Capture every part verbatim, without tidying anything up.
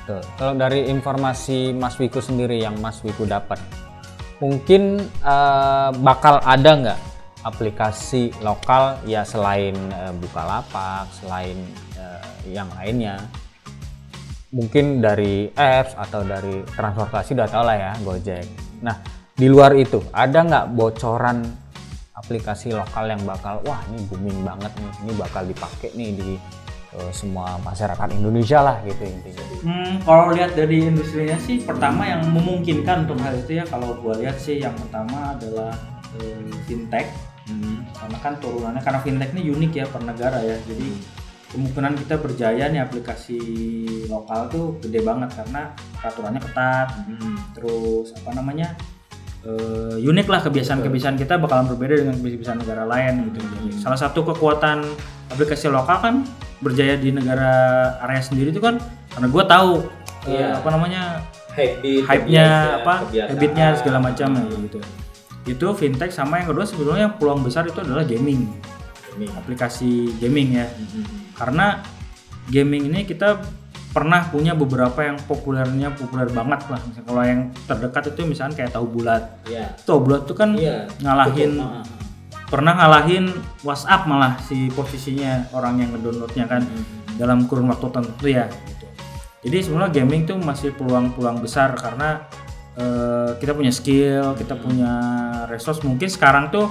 Betul. Kalau dari informasi Mas Wiku sendiri yang Mas Wiku dapat, mungkin uh, bakal ada nggak aplikasi lokal ya selain uh, Bukalapak, selain uh, yang lainnya? Mungkin dari apps atau dari transportasi udah tau lah ya, Gojek. Nah, di luar itu ada nggak bocoran aplikasi lokal yang bakal, wah ini booming banget nih, ini bakal dipakai nih di uh, semua masyarakat Indonesia lah gitu intinya. Hmm, kalau lihat dari industrinya sih, pertama yang memungkinkan untuk hal itu ya, kalau gua lihat sih yang pertama adalah eh, fintech. Hmm. Karena kan turunannya, karena fintech ini unik ya per negara ya, jadi kemungkinan kita berjaya nih aplikasi lokal tuh gede banget karena peraturannya ketat. Hmm. Terus apa namanya uh, unik lah, kebiasaan-kebiasaan kita bakalan berbeda dengan kebiasaan negara lain gitu. Jadi salah satu kekuatan aplikasi lokal kan berjaya di negara area sendiri itu kan karena gue tahu yeah. uh, apa namanya Habit, hype-nya apa habitnya segala macam hmm. ya, gitu. Itu fintech. Sama yang kedua sebetulnya peluang besar itu adalah gaming, gaming. aplikasi gaming ya. Hmm. Karena gaming ini kita pernah punya beberapa yang populernya populer banget lah. Misalnya kalau yang terdekat itu misalnya kayak Tahu Bulat. Yeah. Tahu Bulat itu kan yeah. ngalahin, Betul. pernah ngalahin WhatsApp malah si posisinya orang yang ngedownloadnya kan mm-hmm. dalam kurun waktu tertentu ya. Gitu. Jadi sebenarnya gaming tuh masih peluang-peluang besar karena uh, kita punya skill, kita punya resource. Mungkin sekarang tuh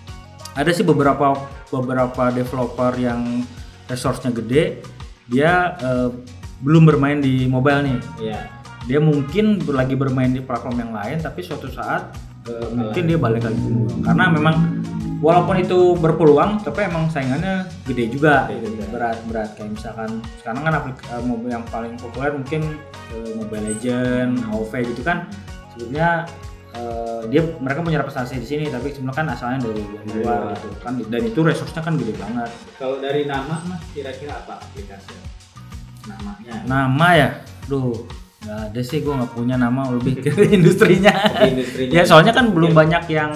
ada sih beberapa beberapa developer yang resource-nya gede, dia uh, belum bermain di mobile nih. Yeah. Dia mungkin lagi bermain di platform yang lain, tapi suatu saat uh, mungkin dia balik lagi ke mobile. Karena memang walaupun itu berpeluang, tapi emang saingannya gede juga, berat-berat. Kayak misalkan sekarang kan aplik- uh, mobile yang paling populer mungkin uh, Mobile Legends, A O V gitu kan. Sebenarnya uh, dia mereka punya representasi di sini, tapi sebenarnya kan asalnya dari luar gitu kan, dan itu resource-nya kan gede banget. Kalau dari nama Mas, kira-kira apa aplikasi namanya? Nama ya, duh nggak ada sih, gue nggak punya nama, lebih ke industrinya. industrinya ya soalnya kan belum banyak yang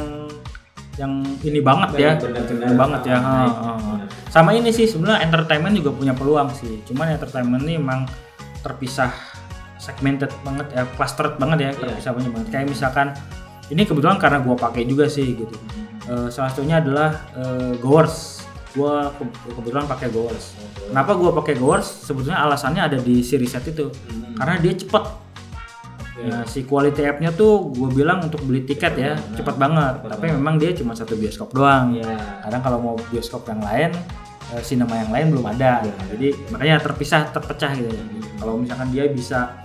yang ini banget ya, ini banget ya. Ha, ha, ha. Sama ini sih sebenarnya entertainment juga punya peluang sih, cuman entertainment ini emang terpisah, segmented banget ya, clustered banget ya, terpisah yeah. banget. Kayak misalkan ini kebetulan karena gue pakai juga sih gitu. Mm-hmm. Uh, salah satunya adalah uh, Goers. Gue ke- kebetulan pakai Goers. Okay. Kenapa gue pakai Goers? Sebetulnya alasannya ada di si riset itu, mm-hmm. karena dia cepet. Okay. Nah, si quality app-nya tuh gue bilang untuk beli tiket ya mm-hmm. cepet banget. Cepet Tapi banget. Memang dia cuma satu bioskop doang. Yeah. Kadang kalau mau bioskop yang lain, uh, sinema yang lain belum ada. Yeah. Jadi makanya terpisah, terpecah gitu. Mm-hmm. Kalau misalkan dia bisa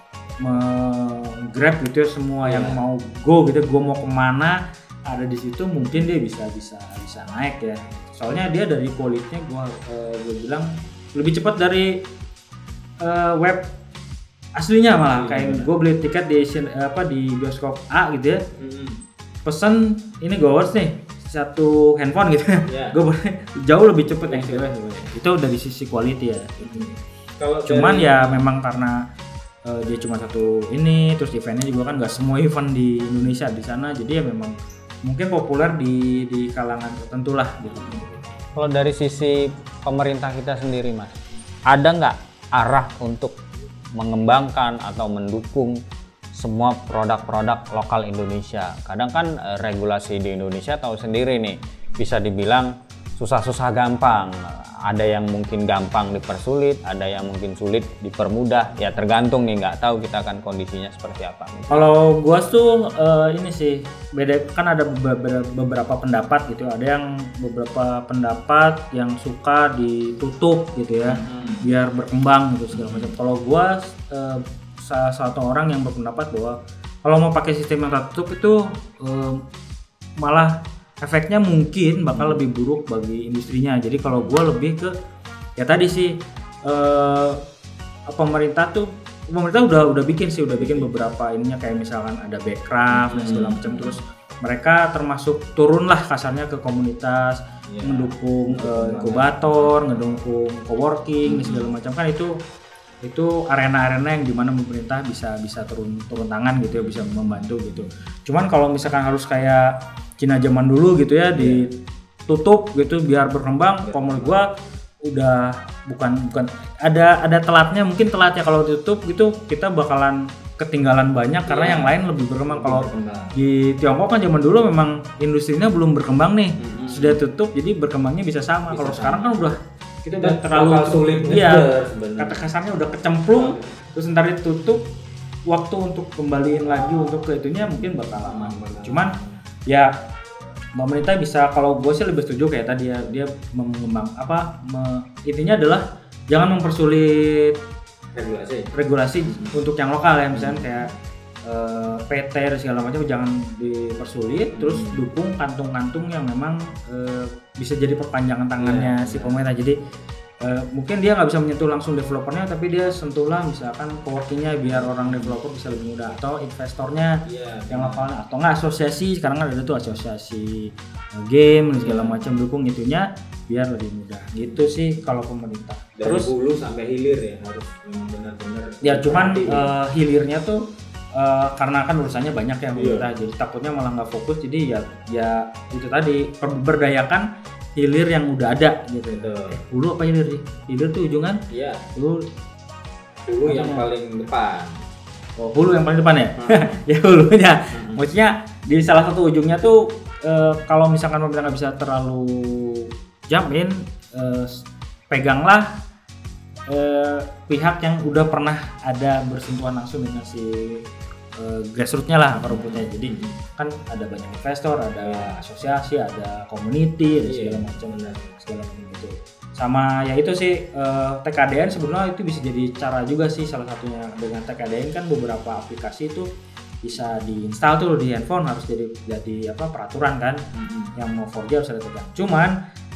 meng-grab gitu ya semua yeah. yang mau go gitu, gue mau kemana ada di situ, mungkin dia bisa bisa bisa naik ya. Soalnya dia dari quality-nya gue uh, gue bilang lebih cepat dari uh, web aslinya malah. Yeah, kayak gue beli tiket di apa di bioskop A gitu ya, mm. pesan ini Goers nih satu handphone gitu ya, yeah. gue jauh lebih cepat yang sih itu dari sisi quality ya. Gitu. Kalau cuman dari... ya memang karena Uh, dia cuma satu ini, terus eventnya juga kan nggak semua event di Indonesia di sana, jadi ya memang mungkin populer di di kalangan tertentu lah gitu. Kalau dari sisi pemerintah kita sendiri Mas, ada nggak arah untuk mengembangkan atau mendukung semua produk-produk lokal Indonesia? Kadang kan uh, regulasi di Indonesia tahu sendiri nih, bisa dibilang susah-susah gampang, ada yang mungkin gampang dipersulit, ada yang mungkin sulit dipermudah, ya tergantung nih, nggak tahu kita kan kondisinya seperti apa. Kalau gua tuh uh, ini sih beda, kan ada beberapa, beberapa pendapat gitu, ada yang beberapa pendapat yang suka ditutup gitu ya, hmm. biar berkembang gitu segala macam. Kalau gua uh, salah satu orang yang berpendapat bahwa kalau mau pakai sistem yang tertutup itu uh, malah efeknya mungkin bakal lebih buruk bagi industrinya. Jadi kalau gue lebih ke ya tadi sih eh, pemerintah tuh pemerintah udah udah bikin sih udah bikin beberapa ininya kayak misalkan ada Backcraft hmm. dan segala macam, terus mereka termasuk turun lah kasarnya ke komunitas, yeah. mendukung uh, inkubator, ngedukung coworking hmm. dan segala macam, kan itu itu arena-arena yang dimana pemerintah bisa bisa turun turun tangan gitu ya, bisa membantu gitu. Cuman kalau misalkan harus kayak Cina zaman dulu gitu ya, ditutup gitu biar berkembang, menurut gua udah bukan bukan ada ada telatnya, mungkin telatnya kalau ditutup gitu kita bakalan ketinggalan banyak karena yeah. yang lain lebih berkembang. Kalau di Tiongkok kan zaman dulu memang industrinya belum berkembang nih, mm-hmm. sudah tutup jadi berkembangnya bisa sama. Kalau sekarang kan udah kita udah terlalu sulit, iya, kata kasarnya udah kecemplung, oh. terus ntar ditutup, waktu untuk kembaliin lagi untuk ke itunya mungkin bakal lama. Hmm. Cuman ya pemerintah bisa, kalau gue sih lebih setuju kayak tadi ya, dia mengembang apa me, intinya adalah jangan mempersulit regulasi regulasi hmm. untuk yang lokal ya, misalnya hmm. kayak uh, P T dan segala macam jangan dipersulit, hmm. terus dukung kantung-kantung yang memang uh, bisa jadi perpanjangan tangannya yeah, si pemerintah. Jadi uh, mungkin dia nggak bisa menyentuh langsung developernya, tapi dia sentuhlah misalkan co-workingnya biar orang developer bisa lebih mudah, atau investornya yeah, yang lokalnya, atau nggak asosiasi, sekarang kan ada tuh asosiasi uh, game dan segala macam, dukung itunya biar lebih mudah gitu sih kalau pemerintah. Dari terus hulu sampai hilir ya harus benar-benar ya, cuman uh, hilirnya tuh uh, karena kan urusannya banyak ya pemerintah, yeah. jadi takutnya malah nggak fokus, jadi ya ya itu tadi berdayakan hilir yang udah ada gitu. Betul. Eh, hulu apa hilir sih? Hilir tuh ujungan? Iya. Hulu hulu yang ya? paling depan. Oh, hulu yang paling depan ya? Hmm. Ya hulunya. Hmm. Maksudnya di salah satu ujungnya tuh uh, kalau misalkan pemerintah nggak bisa terlalu jump in, uh, peganglah uh, pihak yang udah pernah ada bersentuhan langsung dengan si uh, grassroots-nya lah, akar rumputnya. Jadi kan ada banyak investor, ada asosiasi, ada community, ada segala macam segala macam gitu. Sama ya itu sih uh, T K D N sebenarnya itu bisa jadi cara juga sih, salah satunya dengan T K D N kan beberapa aplikasi itu bisa diinstal tuh di handphone, harus jadi jadi apa peraturan kan, mm-hmm. yang mau four G harus ada T K D N. Cuman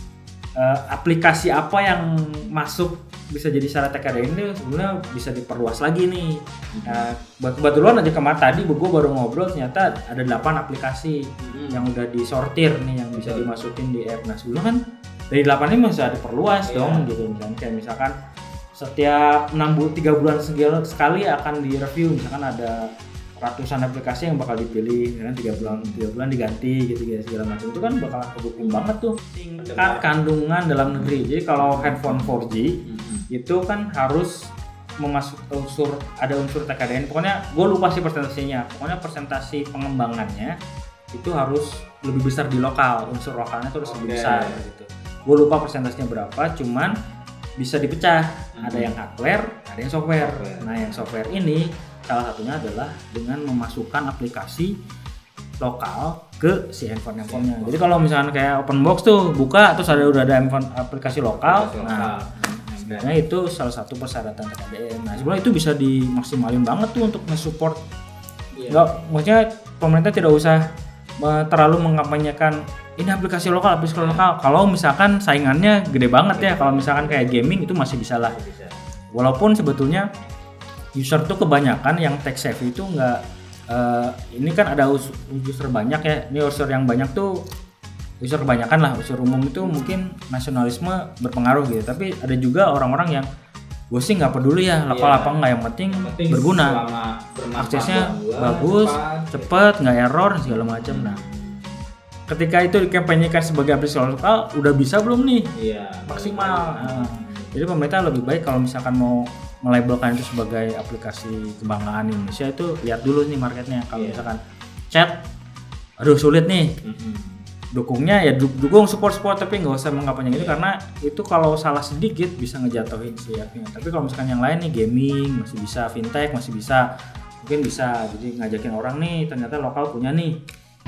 uh, aplikasi apa yang masuk bisa jadi syarat T K D N itu sebenarnya bisa diperluas lagi nih. Nah, kebetulan aja kemarin tadi gue baru ngobrol, ternyata ada delapan aplikasi hmm. yang udah disortir nih yang bisa dimasukin di app. Nah sebelumnya kan dari delapan ini masih ada perluas yeah. dong gitu, misalkan kayak misalkan setiap enam bulan tiga bulan sekali akan direview, misalkan ada ratusan aplikasi yang bakal dipilih, kan tiga bulan tiga bulan diganti gitu gitu segala macam, itu kan bakal kebukti banget tuh tingkat kandungan dalam negeri. Jadi kalau handphone four G hmm. itu kan harus memasuk unsur ada unsur T K D N, pokoknya gue lupa sih persentasenya, pokoknya persentasi pengembangannya itu harus lebih besar di lokal, unsur lokalnya itu harus okay. lebih besar gitu. Gue lupa persentasenya berapa, cuman bisa dipecah, hmm. ada yang hardware, ada yang software. software. Nah yang software ini salah satunya adalah dengan memasukkan aplikasi lokal ke si handphone-handphonenya. Jadi kalau misalnya kayak open box tuh buka terus ada udah ada handphone aplikasi lokal, aplikasi nah sebenarnya itu salah satu persyaratan T K D N. Nah sebenarnya itu bisa dimaksimalin banget tuh untuk nge-support. Yeah. Nggak, maksudnya pemerintah tidak usah terlalu mengampanyekan ini aplikasi lokal, aplikasi lokal. Kalau misalkan saingannya gede banget ya, kalau misalkan kayak gaming itu masih bisa lah. Walaupun sebetulnya user tuh kebanyakan yang tech savvy itu nggak uh, ini kan ada user banyak ya, ini user yang banyak tuh user kebanyakan lah, user umum itu mungkin nasionalisme berpengaruh gitu, tapi ada juga orang-orang yang gue sih nggak peduli ya lokal yeah. apa enggak, yang penting, penting berguna, aksesnya bagus, cepet, nggak error segala macam. Nah ketika itu dikampanyekan sebagai aplikasi lokal udah bisa belum nih yeah, maksimal. Nah, jadi pemerintah lebih baik kalau misalkan mau melabelkan itu sebagai aplikasi kebanggaan Indonesia, itu lihat dulu nih marketnya. Kalau yeah. misalkan chat, aduh sulit nih, mm-hmm. dukungnya ya dukung support-support, tapi nggak usah mengkampanyekan yeah. itu, karena itu kalau salah sedikit bisa ngejatuhin si appnya. Tapi kalau misalkan yang lain nih gaming masih bisa, fintech masih bisa, mungkin bisa. Jadi ngajakin orang nih, ternyata lokal punya nih.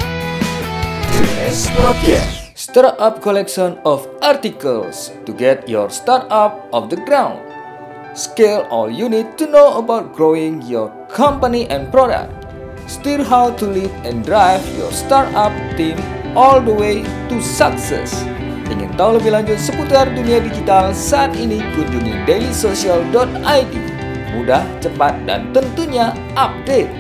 Startup collection of articles to get your startup off the ground. Scale all you need to know about growing your company and product. Steer how to lead and drive your startup team all the way to success. Ingin tahu lebih lanjut seputar dunia digital saat ini, kunjungi daily social dot i d. Mudah, cepat, dan tentunya update.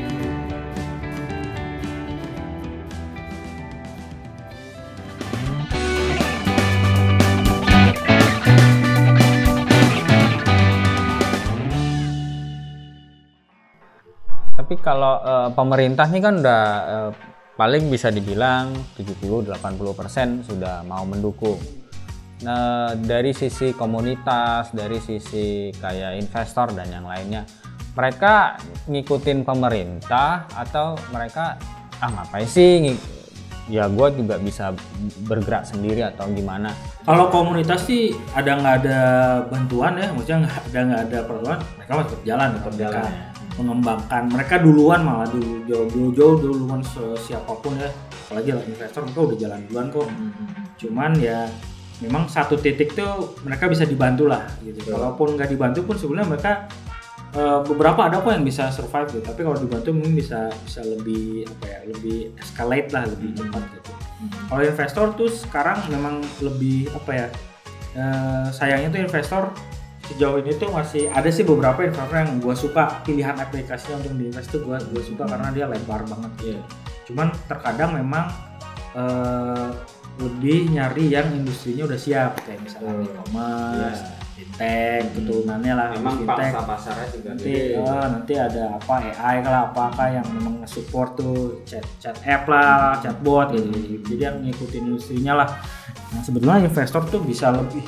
Tapi kalau uh, pemerintah ini kan udah uh, paling bisa dibilang tujuh puluh sampai delapan puluh persen sudah mau mendukung. Nah, dari sisi komunitas, dari sisi kayak investor dan yang lainnya, mereka ngikutin pemerintah atau mereka ah ngapain sih ngik- ya gue juga bisa bergerak sendiri atau gimana? Kalau komunitas sih ada nggak ada bantuan ya, maksudnya nggak ada nggak ada perlakuan, mereka masih berjalan tetap mereka mengembangkan, mereka duluan malah dulu jauh dulu jauh duluan siapapun ya, apalagi lah investor mereka udah jalan duluan kok. Cuman ya memang satu titik tuh mereka bisa dibantu lah gitu. Kalaupun nggak dibantu pun sebenarnya mereka Uh, beberapa ada kok yang bisa survive gitu, tapi kalau dibantu mungkin bisa bisa lebih apa ya, lebih escalate lah, lebih cepat gitu. Hmm. Kalau investor tuh sekarang memang lebih apa ya, uh, sayangnya tuh investor sejauh ini tuh masih ada sih beberapa investor yang gue suka pilihan aplikasinya untuk diinvest tuh gue gue suka karena dia lebar banget. Yeah. Cuman terkadang memang uh, lebih nyari yang industrinya udah siap kayak misalnya oh. e-commerce. Yeah. Fintech, keturunannya lah. Memang fintech. pangsa pasarnya juga nanti, uh, nanti ada apa A I lah, apakah yang memang support tuh chat chat app lah, chatbot gitu. Jadi yang ngikutin industrinya lah. Nah sebetulnya investor tuh bisa lebih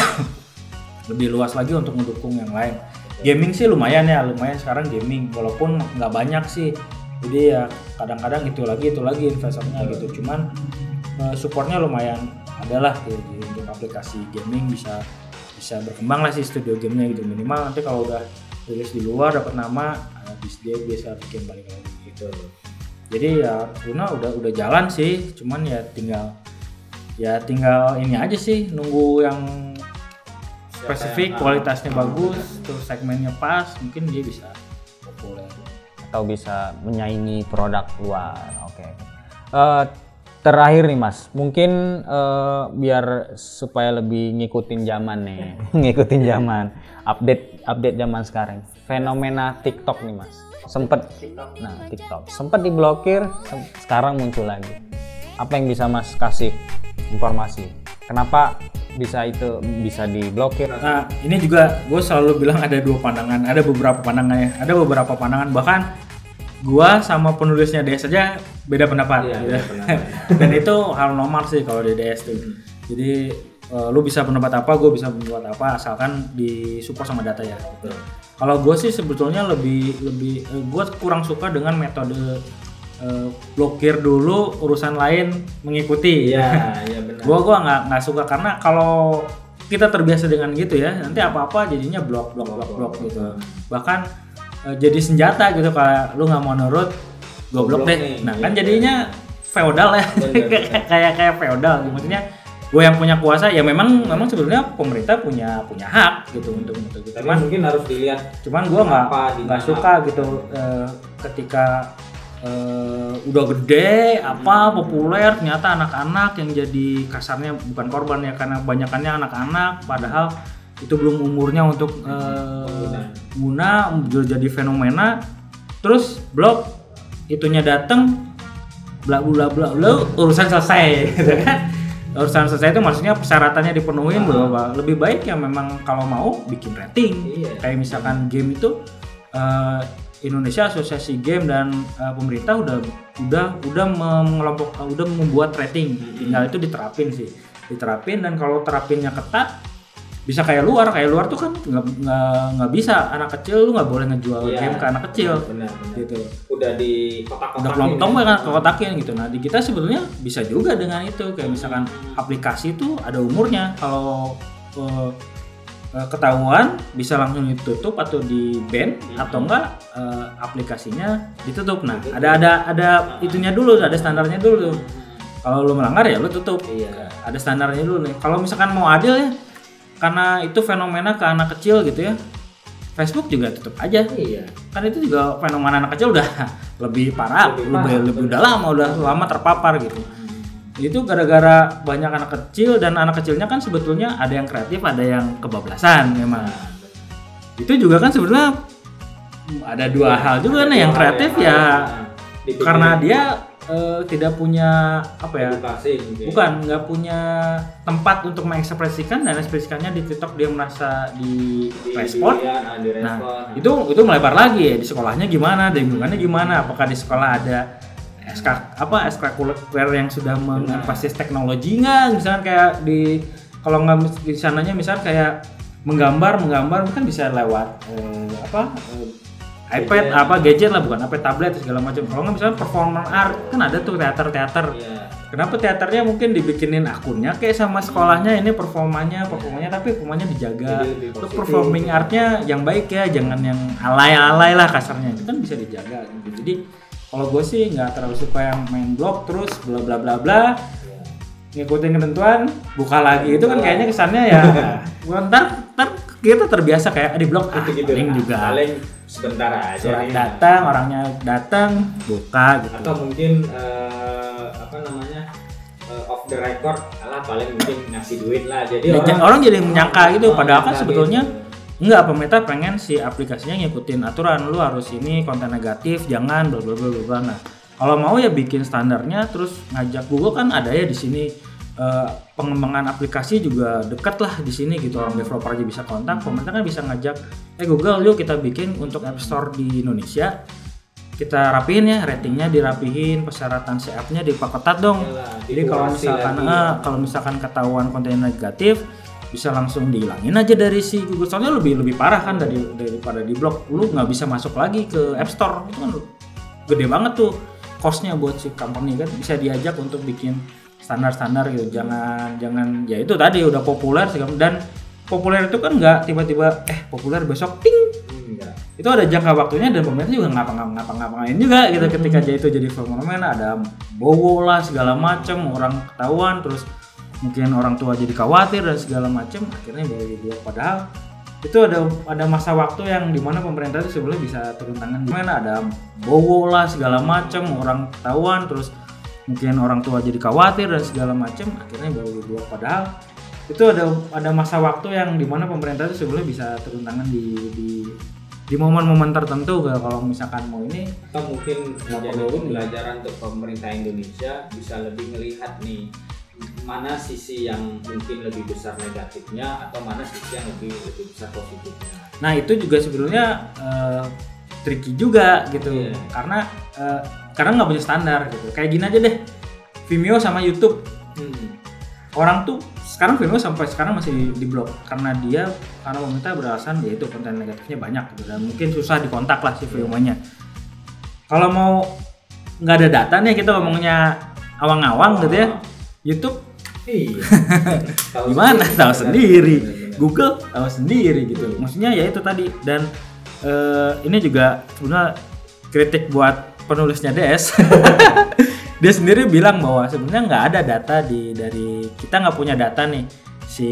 lebih luas lagi untuk mendukung yang lain. Gaming sih lumayan ya, lumayan sekarang gaming, walaupun nggak banyak sih. Jadi ya kadang-kadang itu lagi itu lagi investornya gitu. Cuman uh, supportnya lumayan adalah gitu, untuk aplikasi gaming bisa bisa berkembang lah sih studio gamenya gitu, minimal nanti kalau udah rilis di luar dapat nama habis dia bisa bikin balik lagi gitu. Jadi ya Luna udah udah jalan sih, cuman ya tinggal ya tinggal ini aja sih, nunggu yang spesifik, kualitasnya bagus, terus segmennya pas, mungkin dia bisa populer atau bisa menyaingi produk luar. Oke. Okay. Uh, Terakhir nih Mas, mungkin uh, biar supaya lebih ngikutin zaman nih, ngikutin zaman, update update zaman sekarang. Fenomena TikTok nih Mas, sempet, nah TikTok, sempet diblokir, se- sekarang muncul lagi. Apa yang bisa Mas kasih informasi? Kenapa bisa itu bisa diblokir? Nah ini juga gue selalu bilang ada dua pandangan, ada beberapa pandangan ya, ada beberapa pandangan bahkan gua sama penulisnya D S aja beda pendapat, iya, gitu. Beda pendapat. Dan itu hal normal sih kalau di D S tuh. Hmm. Jadi uh, lu bisa pendapat apa, gue bisa pendapat apa, asalkan disupport sama data ya. Gitu. Kalau gue sih sebetulnya lebih lebih uh, gue kurang suka dengan metode uh, blokir dulu urusan lain mengikuti. Iya, iya benar. Gua gua nggak nggak suka karena kalau kita terbiasa dengan gitu ya, nanti apa-apa jadinya blok blok blok blok gitu. Bahkan jadi senjata gitu, kalau lu nggak mau nurut goblok deh. Nah kan jadinya feodal ya, kayak kayak feodal. Maksudnya gue yang punya kuasa ya, memang memang sebenarnya pemerintah punya punya hak gitu untuk untuk gitu. Cuman mungkin harus dilihat. Cuman gue nggak nggak suka gitu eh, ketika eh, udah gede apa populer ternyata anak-anak yang jadi kasarnya bukan korban ya, karena banyakannya anak-anak padahal itu belum umurnya untuk uh, guna jadi fenomena, terus blok itunya datang bla bla bla bla urusan selesai gitu kan. Urusan selesai itu maksudnya persyaratannya dipenuhi bahwa lebih baik ya memang kalau mau bikin rating. Iya. Kayak misalkan game itu uh, Indonesia Asosiasi Game dan uh, pemerintah udah udah udah mengelompok uh, udah membuat rating, tinggal itu diterapin sih diterapin dan kalau terapinnya ketat bisa kayak luar, kayak luar tuh kan nggak nggak nggak bisa, anak kecil lu nggak boleh ngejual yeah. game ke anak kecil, benar, benar. Gitu. Udah di kotak-kotakin. Udah kelompok kan kotakin gitu. Nah di kita sebetulnya bisa juga dengan itu, kayak misalkan aplikasi itu ada umurnya, kalau uh, uh, ketahuan bisa langsung ditutup atau di ban hmm. atau enggak uh, aplikasinya ditutup. Nah ada ada ada itunya dulu, ada standarnya dulu. Kalau lu melanggar ya lu tutup. Iya. Ada standarnya dulu nih. Kalau misalkan mau adil ya, karena itu fenomena ke anak kecil gitu ya, Facebook juga tutup aja. Iya. Kan itu juga fenomena anak kecil udah lebih parah, lebih, lebih, lebih udah lama, udah lama terpapar gitu. Hmm. Itu gara-gara banyak anak kecil, dan anak kecilnya kan sebetulnya ada yang kreatif, ada yang kebablasan memang. Itu juga kan sebetulnya ada dua ya, hal juga nih, yang kreatif ya, ya karena dia Uh, tidak punya apa ya, edukasi, gitu. Bukan nggak punya tempat untuk mengekspresikan, dan ekspresikannya di TikTok dia merasa di, di respon. Di, ya, di nah itu itu melebar lagi ya, di sekolahnya gimana, di lingkungannya gimana, apakah di sekolah ada S K apa ekstrakurikuler yang sudah mengempasis teknologi nggak, misalnya kayak di kalau nggak di sananya misal kayak menggambar menggambar kan bisa lewat eh, apa eh, iPad gadget. apa gadget lah bukan iPad tablet segala macam. Kalau nggak misalnya performance art kan ada tuh teater-teater. Yeah. Kenapa teaternya mungkin dibikinin akunnya kayak sama sekolahnya ini performanya performanya tapi performanya dijaga. Terus performing artnya yang baik ya, jangan yang alay-alay lah kasarnya. Itu kan bisa dijaga gitu. Jadi kalau gue sih nggak terlalu suka yang main blog terus bla bla bla bla. Ngikutin ketentuan, buka lagi itu kan kayaknya kesannya ya. ntar ntar kita terbiasa kayak di blog ah, gitu, paling juga. Paling sebentar aja. Surat datang, orangnya datang, buka gitu. Atau mungkin uh, apa namanya uh, off the record, alah paling mungkin ngasih duit lah. Jadi ya, orang, orang jadi menyangka gitu, padahal kan sebetulnya gitu. Enggak, pemerintah pengen si aplikasinya ngikutin aturan, lu harus ini konten negatif, jangan bla bla bla bla. Nah, kalau mau ya bikin standarnya, terus ngajak Google kan ada ya di sini. Uh, pengembangan aplikasi juga dekat lah di sini gitu, orang developer aja bisa kontak, pemerintah kan bisa ngajak, eh Google yuk kita bikin untuk App Store di Indonesia, kita rapihin ya, ratingnya dirapihin, persyaratan si app-nya diperketat dong. Yalah, jadi kalau misalkan uh, kalau misalkan ketahuan konten negatif bisa langsung dihilangin aja dari si Google Store-nya. Lebih lebih parah kan dari daripada di blog, lu nggak bisa masuk lagi ke App Store, itu kan gede banget tuh cost-nya buat si company kan, bisa diajak untuk bikin standar-standar gitu, jangan jangan ya itu tadi udah populer dan populer itu kan nggak tiba-tiba eh populer besok ting, enggak. Itu ada jangka waktunya dan pemerintah juga ngapa-ngapa-ngapain juga gitu. Ketika hmm. itu jadi fenomena, ada bowo lah segala macam, orang ketahuan, terus mungkin orang tua jadi khawatir dan segala macam, akhirnya baru dibuat. Padahal itu ada ada masa waktu yang dimana pemerintah itu sebenarnya bisa turun tangan, dimana ada bowo lah segala macam, orang ketahuan, terus mungkin orang tua jadi khawatir dan segala macam, akhirnya baru dibuat. Padahal itu ada ada masa waktu yang dimana pemerintah itu sebenarnya bisa turun tangan di di di momen-momen tertentu kalau misalkan mau ini. Atau mungkin menjadi pembelajaran untuk pemerintah Indonesia, bisa lebih melihat nih mana sisi yang mungkin lebih besar negatifnya atau mana sisi yang lebih lebih besar positifnya. Nah itu juga sebenarnya uh, tricky juga gitu, yeah. karena uh, karena nggak punya standar gitu. Kayak gini aja deh, Vimeo sama YouTube. Hmm. Orang tuh sekarang Vimeo sampai sekarang masih di, di blok karena dia karena pemerintah beralasan ya itu konten negatifnya banyak gitu, dan mungkin susah dikontak lah si Vimeo-nya. Kalau mau nggak ada data nih, kita ngomongnya awang-awang oh. gitu ya. YouTube, iya. gimana? Tahu sendiri. Google tahu sendiri gitu. Maksudnya ya itu tadi. Dan uh, ini juga sebenarnya kritik buat penulisnya D S. Dia sendiri bilang bahwa sebenarnya nggak ada data di dari kita nggak punya data nih si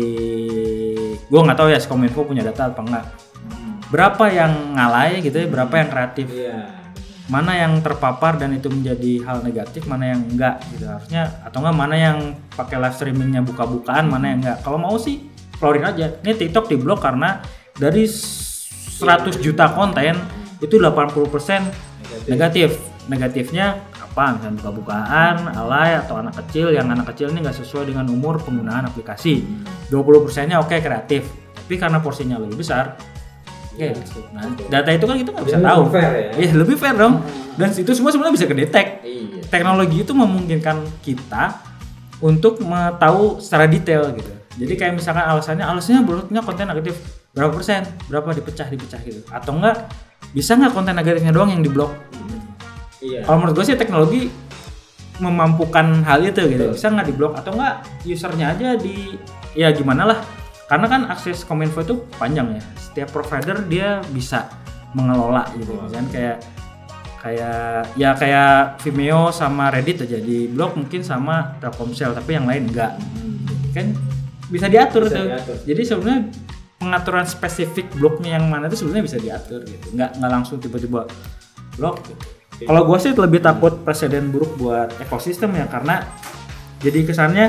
gue nggak tahu ya si Kominfo punya data apa enggak, berapa yang ngalay gitu ya, berapa yang kreatif, yeah. mana yang terpapar dan itu menjadi hal negatif, mana yang enggak gitu harusnya, atau enggak mana yang pakai live streamingnya buka-bukaan, mana yang enggak. Kalau mau sih keluarin aja. Ini TikTok diblok karena dari seratus juta konten itu delapan puluh persen negatif. Negatifnya apa? Misalnya buka-bukaan, alay, atau anak kecil, yang anak kecil ini nggak sesuai dengan umur penggunaan aplikasi. dua puluh persennya oke okay, kreatif, tapi karena porsinya lebih besar, oke. Okay, nah, data itu kan kita nggak bisa tahu. Fair, ya? Iya, lebih fair dong. Dan itu semua sebenarnya bisa kedetek. Iya. Teknologi itu memungkinkan kita untuk tahu secara detail gitu. Jadi kayak misalkan alasannya, alasannya buruknya konten negatif berapa persen, berapa dipecah dipecah gitu, atau enggak bisa nggak konten negatifnya doang yang diblok? Iya. Kalau menurut gue sih teknologi memampukan hal itu gitu. Bisa nggak diblok atau nggak usernya aja di ya gimana lah. Karena kan akses Kominfo itu panjang ya. Setiap provider dia bisa mengelola gitu. Misalnya kayak kayak ya kayak Vimeo sama Reddit aja di blok mungkin sama Telkomsel, tapi yang lain enggak. Hmm. Kan bisa diatur bisa tuh. Diatur. Jadi sebenarnya pengaturan spesifik bloknya yang mana itu sebenarnya bisa diatur gitu. Nggak nggak langsung tiba-tiba blok gitu. Kalau gue sih lebih takut presiden buruk buat ekosistem ya, karena jadi kesannya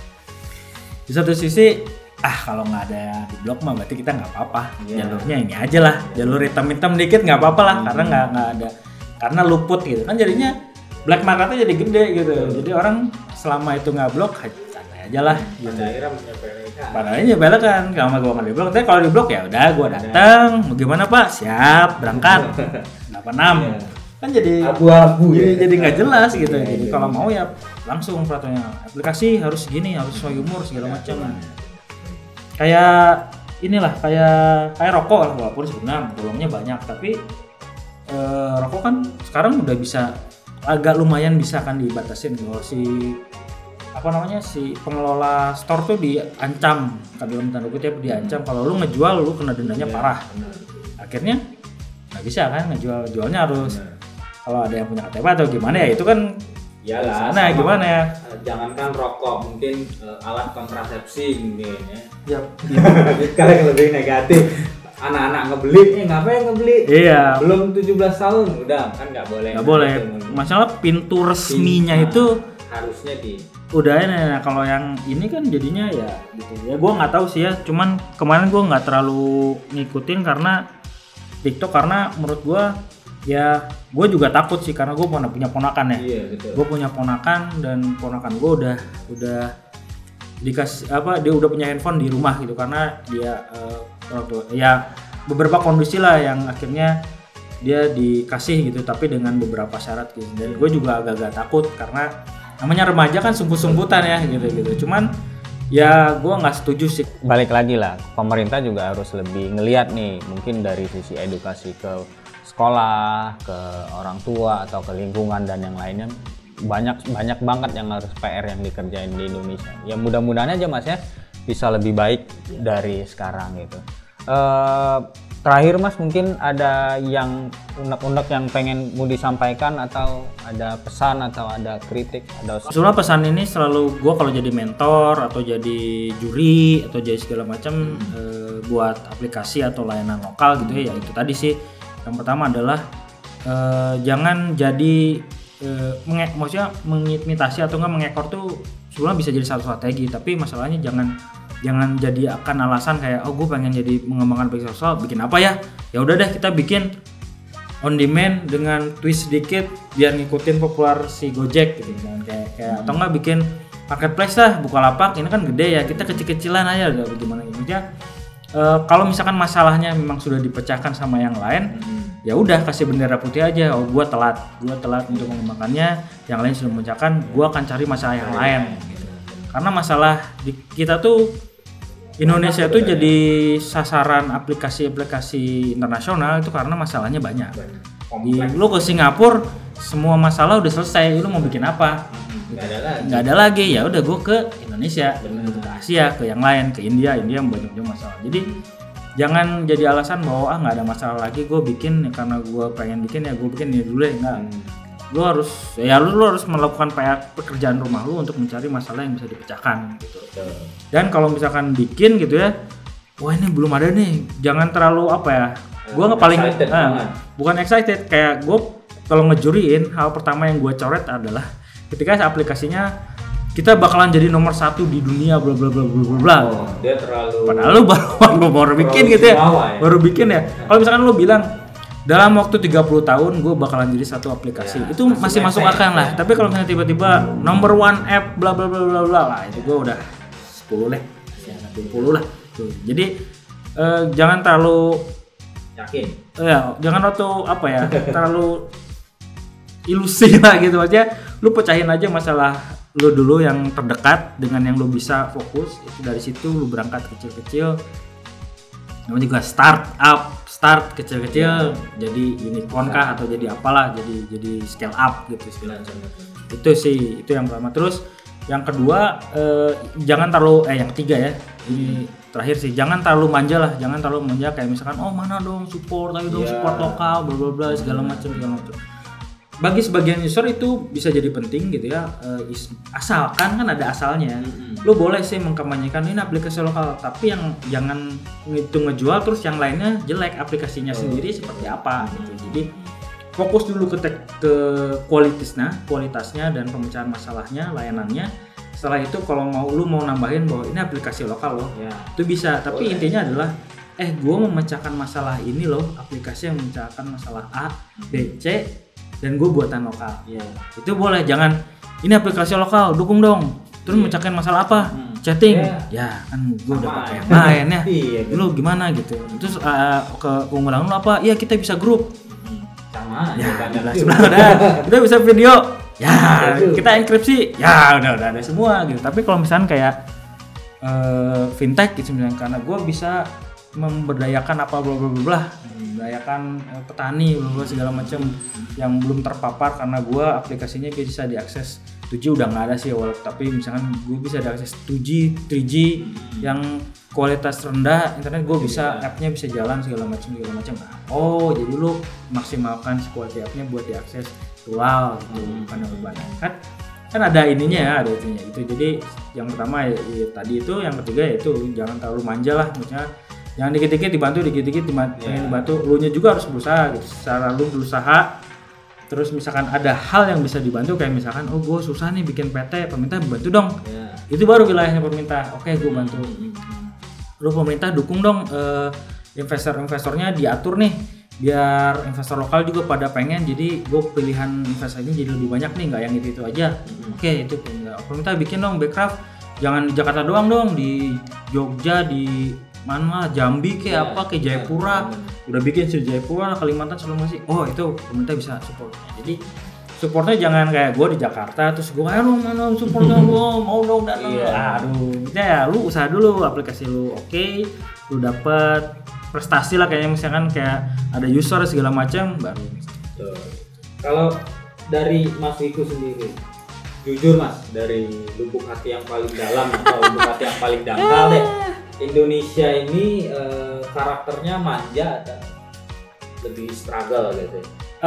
di satu sisi ah kalau nggak ada di blok mah berarti kita nggak apa-apa, yeah. jalurnya ini aja lah, jalur hitam-hitam dikit nggak apa-apa lah, hmm. karena nggak nggak ada karena luput gitu kan, jadinya black marketnya jadi gede gitu, hmm. jadi orang selama itu nggak blok santai aja lah. Pada gitu. Akhirnya menyepelekan. Pada akhirnya menyepelekan, kalau gue nggak di blok, tapi kalau di blok ya udah gue datang, bagaimana Pak, siap berangkat delapan enam. Yeah. Kan jadi abu-abu ya, jadi nggak jelas gitu. Ya, jadi ya. Kalau mau ya langsung peraturannya aplikasi harus gini, harus sesuai umur segala macam. kayak inilah kayak kayak rokok lah, walaupun sebenarnya golongnya banyak, tapi eh, rokok kan sekarang udah bisa agak lumayan bisa kan dibatasin. Kalau si apa namanya si pengelola store tuh diancam, dalam tanda kutip diancam kalau lu ngejual lu kena dendanya ya, parah. Bener. Akhirnya nggak bisa kan ngejual, jualnya harus bener. Kalau ada yang punya K T P atau gimana ya itu kan iyalah. Nah gimana ya? Jangankan rokok, mungkin uh, alat kontrasepsi mungkin ya. Yap. Kalau yang lebih negatif. Anak-anak ngebeli, eh ngapain ngebeli? Iya. Belum tujuh belas tahun, udah kan nggak boleh. Nggak boleh. Masalah pintu resminya pintu, itu harusnya di. Udah ya, kalau yang ini kan jadinya ya gitu ya. Gue nggak tahu sih ya. Cuman kemarin gue nggak terlalu ngikutin karena TikTok karena menurut gue ya gue juga takut sih karena gue pernah punya ponakan ya. Iya betul. Gue punya ponakan dan ponakan gue udah udah dikasih apa dia udah punya handphone di rumah gitu karena dia uh, ya beberapa kondisi lah yang akhirnya dia dikasih gitu tapi dengan beberapa syarat gitu dan gue juga agak-agak takut karena namanya remaja kan sumput-sumputan ya gitu-gitu cuman ya gue nggak setuju sih. Balik lagi lah pemerintah juga harus lebih ngelihat nih mungkin dari sisi edukasi ke sekolah ke orang tua atau ke lingkungan dan yang lainnya banyak banyak banget yang harus P R yang dikerjain di Indonesia ya mudah-mudahan aja mas ya bisa lebih baik dari sekarang gitu. Uh, terakhir mas mungkin ada yang unek-unek yang pengen mau disampaikan atau ada pesan atau ada kritik ada sebenarnya pesan ini selalu gue kalau jadi mentor atau jadi juri atau jadi segala macam hmm. uh, buat aplikasi atau layanan lokal gitu ya, ya itu tadi sih yang pertama adalah uh, jangan jadi uh, menge- maksudnya mengimitasi atau enggak mengekor tuh sebenarnya bisa jadi satu strategi tapi masalahnya jangan jangan jadi akan alasan kayak oh gue pengen jadi mengembangkan aplikasi sosial bikin apa ya ya udah deh kita bikin on demand dengan twist sedikit biar ngikutin populer si Gojek gitu kan kayak kayak hmm. atau enggak bikin marketplace lah Bukalapak ini kan gede ya kita kecil-kecilan aja udah bagaimana gitu ya e, kalau misalkan masalahnya memang sudah dipecahkan sama yang lain hmm. ya udah kasih bendera putih aja oh gue telat gue telat untuk mengembangkannya yang lain sudah memecahkan gue akan cari masalah yang lain gitu. Karena masalah di kita tuh Indonesia itu jadi sasaran aplikasi-aplikasi internasional itu karena masalahnya banyak. Di, lu ke Singapura semua masalah udah selesai, lu mau bikin apa? Nggak ada lagi. Nggak ada lagi. Ya udah gue ke Indonesia, ke Asia, ke yang lain, ke India, India yang banyak juga masalah. Jadi jangan jadi alasan bahwa ah nggak ada masalah lagi, gue bikin karena gue pengen bikin ya gue bikin ini dulu ya enggak. Hmm. Lu harus ya lu, lu harus melakukan P R pekerjaan rumah lu untuk mencari masalah yang bisa dipecahkan gitu. Betul. Dan kalau misalkan bikin gitu ya, wah ini belum ada nih, jangan terlalu apa ya? Gua nggak paling excited, eh, bukan excited kayak gue kalau ngejuriin hal pertama yang gue coret adalah ketika aplikasinya kita bakalan jadi nomor satu di dunia bla bla bla bla bla. Oh, dia terlalu. Padahal lu baru baru bikin gitu ya, ya, baru bikin ya. Kalau misalkan lu bilang dalam waktu tiga puluh tahun gue bakalan jadi satu aplikasi ya, itu masih masuk akal lah. Tapi kalau misalnya tiba-tiba number one app bla bla bla bla bla lah itu gue udah sepuluh lah, ya dua puluh lah. Tuh. Jadi eh, jangan terlalu yakin. Ya, jangan terlalu apa ya, terlalu ilusi lah gitu aja. Lu pecahin aja masalah lu dulu yang terdekat dengan yang lu bisa fokus. Itu dari situ lu berangkat kecil-kecil. Namanya juga start up, start kecil-kecil, ya. Jadi unicorn kah atau jadi apalah, jadi jadi scale up gitu segala macam. Itu sih, itu yang pertama. Terus yang kedua eh, jangan terlalu eh yang ketiga ya. Ini terakhir sih, jangan terlalu manja lah, jangan terlalu manja kayak misalkan oh mana dong support, ayo dong ya. Support lokal, bla bla bla segala macam segala macam. Bagi sebagian user itu bisa jadi penting gitu ya, asalkan kan ada asalnya. Mm-hmm. Lo boleh sih mengkampanyekan ini aplikasi lokal, tapi yang jangan itu ngejual terus yang lainnya jelek aplikasinya oh. sendiri seperti apa gitu. Jadi fokus dulu ke te- ke kualitasnya, kualitasnya dan pemecahan masalahnya, layanannya. Setelah itu kalau mau lu mau nambahin bahwa ini aplikasi lokal loh, ya. Itu bisa. Tapi boleh. Intinya adalah eh gue memecahkan masalah ini loh, aplikasi yang memecahkan masalah A, B, C dan gue buatan lokal. Yeah. Itu boleh, jangan ini aplikasi lokal, dukung dong. Terus yeah. mencahkan masalah apa? Hmm. Chatting. Yeah. Ya, kan gue udah pakai yang lain ya. Iya, lu gimana gitu. Terus uh, ke keunggulan lu apa? Iya, kita bisa grup. Sama ya, sebelah udah. Kita bisa video. Ya, kita enkripsi. Ya, udah udah ada semua gitu. Tapi kalau misalnya kayak uh, fintech gitu misalnya, karena gue bisa memberdayakan apa bla bla bla, memberdayakan uh, petani bla bla segala macam yang belum terpapar karena gue aplikasinya bisa diakses two G udah nggak ada sih awal, tapi misalkan gue bisa diakses two G, three G yang kualitas rendah internet, gue bisa appnya bisa jalan segala macam segala macam. Nah, oh jadi lu maksimalkan si kualitas appnya buat diakses dual gitu, bukan beban kan kan ada ininya ya, ada itunya itu. Jadi yang pertama ya, ya tadi itu, yang ketiga yaitu jangan terlalu manja lah, maksudnya jangan dikit-dikit dibantu, dikit-dikit dibantu, yeah. dibantu, lu nya juga harus berusaha gitu. Secara lu berusaha, terus misalkan ada hal yang bisa dibantu, kayak misalkan oh gue susah nih bikin P T, pemerintah bantu dong, yeah. itu baru wilayahnya pemerintah. Oke, gue bantu. Lu pemerintah dukung dong, uh, investor-investornya diatur nih, biar investor lokal juga pada pengen, jadi gue pilihan investasinya jadi lebih banyak nih, nggak yang itu itu aja. Mm-hmm. Oke, itu pemerintah bikin dong Backcraft, jangan di Jakarta doang dong, di Jogja, di mana Jambi kayak yeah, apa kayak Jayapura, yeah. udah bikin sih Jayapura, Kalimantan sebelum masih, oh itu pemerintah bisa support. Jadi supportnya jangan kayak gue di Jakarta terus gue ayo dong mana supportnya gue mau dong datang, yeah. aduh, ya lu usaha dulu aplikasi lu oke, okay, lu dapet prestasi lah kayaknya, misalkan kayak ada user segala macam baru. Tuh. Kalau dari Mas Wiku sendiri, jujur Mas, dari lubuk hati yang paling dalam atau lubuk hati yang paling dangkal deh, Indonesia ini uh, karakternya manja atau lebih struggle gitu?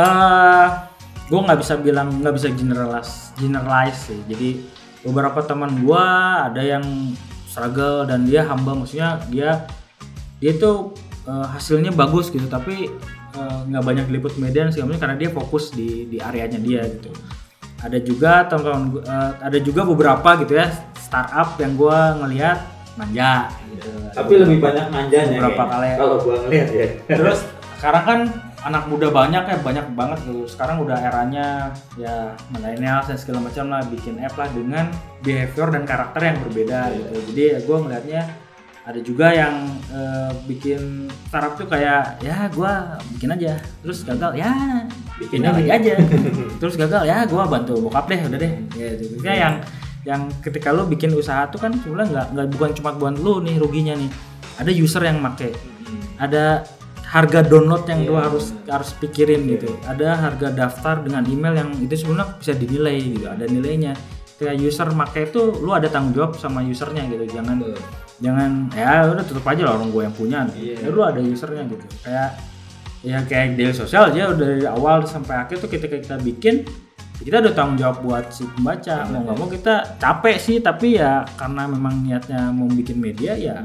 Uh, gue nggak bisa bilang, nggak bisa generalize, generalize sih. Jadi beberapa teman gue ada yang struggle dan dia humble, maksudnya dia dia tuh uh, hasilnya bagus gitu, tapi nggak uh, banyak diliput media segala macam karena dia fokus di di areanya dia gitu. Ada juga teman-teman, uh, ada juga beberapa gitu ya startup yang gue ngelihat manja gitu. Tapi lebih banyak manjanya beberapa kali kalau gue ngelihat ya. Terus sekarang kan anak muda banyak ya, banyak banget gitu. Sekarang udah eranya ya milenial dan segala macam lah, bikin app lah dengan behavior dan karakter yang berbeda gitu. Jadi ya gue ngelihatnya ada juga yang uh, bikin startup tuh kayak ya gue bikin aja terus gagal ya bikin lagi aja terus gagal ya gue bantu bokap deh udah deh ya gitu. Kayak yang yang ketika lo bikin usaha tuh kan sebenarnya nggak nggak bukan cuma buat lo nih ruginya nih, ada user yang make, ada harga download yang yeah. lo harus harus pikirin yeah. gitu, ada harga daftar dengan email yang itu sebenarnya bisa dinilai gitu, ada nilainya. Kayak user make itu lu ada tanggung jawab sama usernya gitu, jangan uh. jangan ya udah tutup aja lah orang gue yang punya yeah. ya lu ada usernya gitu. Kayak ya kayak daily sosial aja udah dari awal sampai akhir tuh ketika kita bikin kita udah tanggung jawab buat si pembaca, mau nggak mau kita capek sih, tapi ya karena memang niatnya mau bikin media ya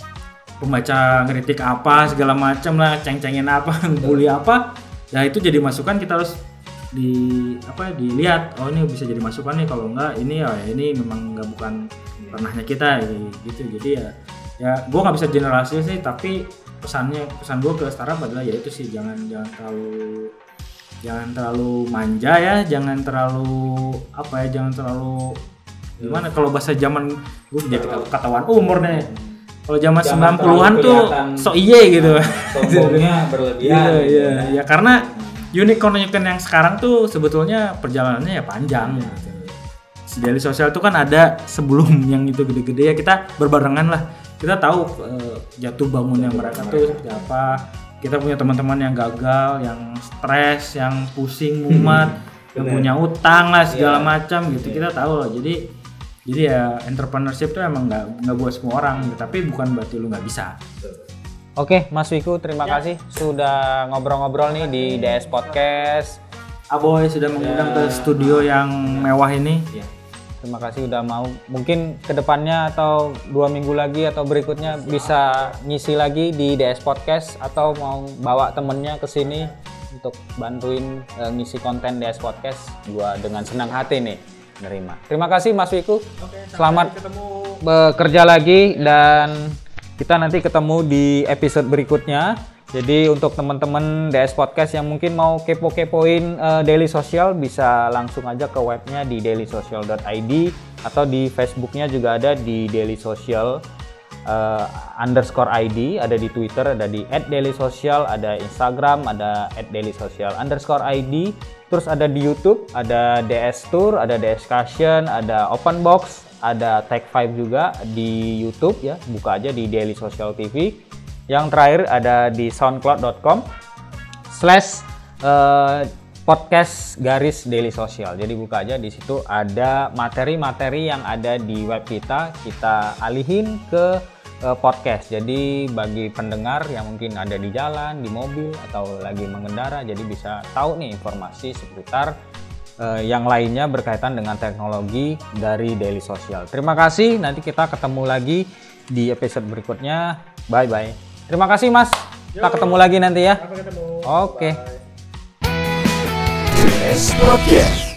pembaca ngeritik apa segala macam lah, ceng-cengin apa, bully apa, ya itu jadi masukan, kita harus di apa dilihat, oh ini bisa jadi masukan nih, kalau enggak ini ya ini memang nggak bukan ranahnya kita gitu. Jadi ya ya gue nggak bisa generalisasi sih, tapi pesannya pesan gue ke startup adalah ya itu sih, jangan jangan terlalu jangan terlalu manja ya, jangan terlalu apa ya, jangan terlalu gimana, kalau bahasa zaman gue jadi ketahuan umur nih. Kalau zaman sembilan puluhan tuh so iye gitu. Sombongnya berlebihan. Iya, iya, ya karena unicorn-unicorn yang sekarang tuh sebetulnya perjalanannya ya panjang gitu. Si daily sosial tuh kan ada sebelum yang itu gede-gede ya, kita berbarengan lah. Kita tahu uh, jatuh bangunnya mereka tuh seperti apa. Kita punya teman-teman yang gagal, yang stres, yang pusing, mumet, yang punya utang lah segala yeah. macam gitu. Yeah. Kita tahu lah. Jadi jadi ya entrepreneurship tuh emang nggak nggak buat semua orang, gitu. Tapi bukan berarti lu nggak bisa. Oke, Mas Wiku, terima ya. kasih sudah ngobrol-ngobrol nih di D S Podcast. Aboy sudah mengundang ya. ke studio yang mewah ini. Ya. Terima kasih udah mau. Mungkin kedepannya atau dua minggu lagi atau berikutnya bisa ngisi lagi di D S Podcast, atau mau bawa temennya ke sini untuk bantuin uh, ngisi konten D S Podcast. Gua dengan senang hati nih nerima. Terima kasih Mas Wiku. Oke, selamat bekerja lagi dan kita nanti ketemu di episode berikutnya. Jadi untuk teman-teman D S Podcast yang mungkin mau kepo-kepoin uh, Daily Social, bisa langsung aja ke webnya di daily social dot i d, atau di Facebooknya juga ada di Daily Social uh, underscore id, ada di Twitter, ada di at daily social, ada Instagram, ada at daily social underscore id, terus ada di YouTube, ada D S Tour, ada D S Discussion, ada Open Box, ada Tech Five juga di YouTube ya, buka aja di Daily Social T V. Yang terakhir ada di soundcloud dot com slash podcast garis Daily Social. Jadi buka aja, di situ ada materi-materi yang ada di web kita, kita alihin ke uh, podcast. Jadi bagi pendengar yang mungkin ada di jalan, di mobil atau lagi mengendara, jadi bisa tahu nih informasi seputar uh, yang lainnya berkaitan dengan teknologi dari Daily Social. Terima kasih, nanti kita ketemu lagi di episode berikutnya. Bye bye. Terima kasih Mas. Kita ketemu lagi nanti ya. Sampai ketemu. Oke. Bye. Podcast.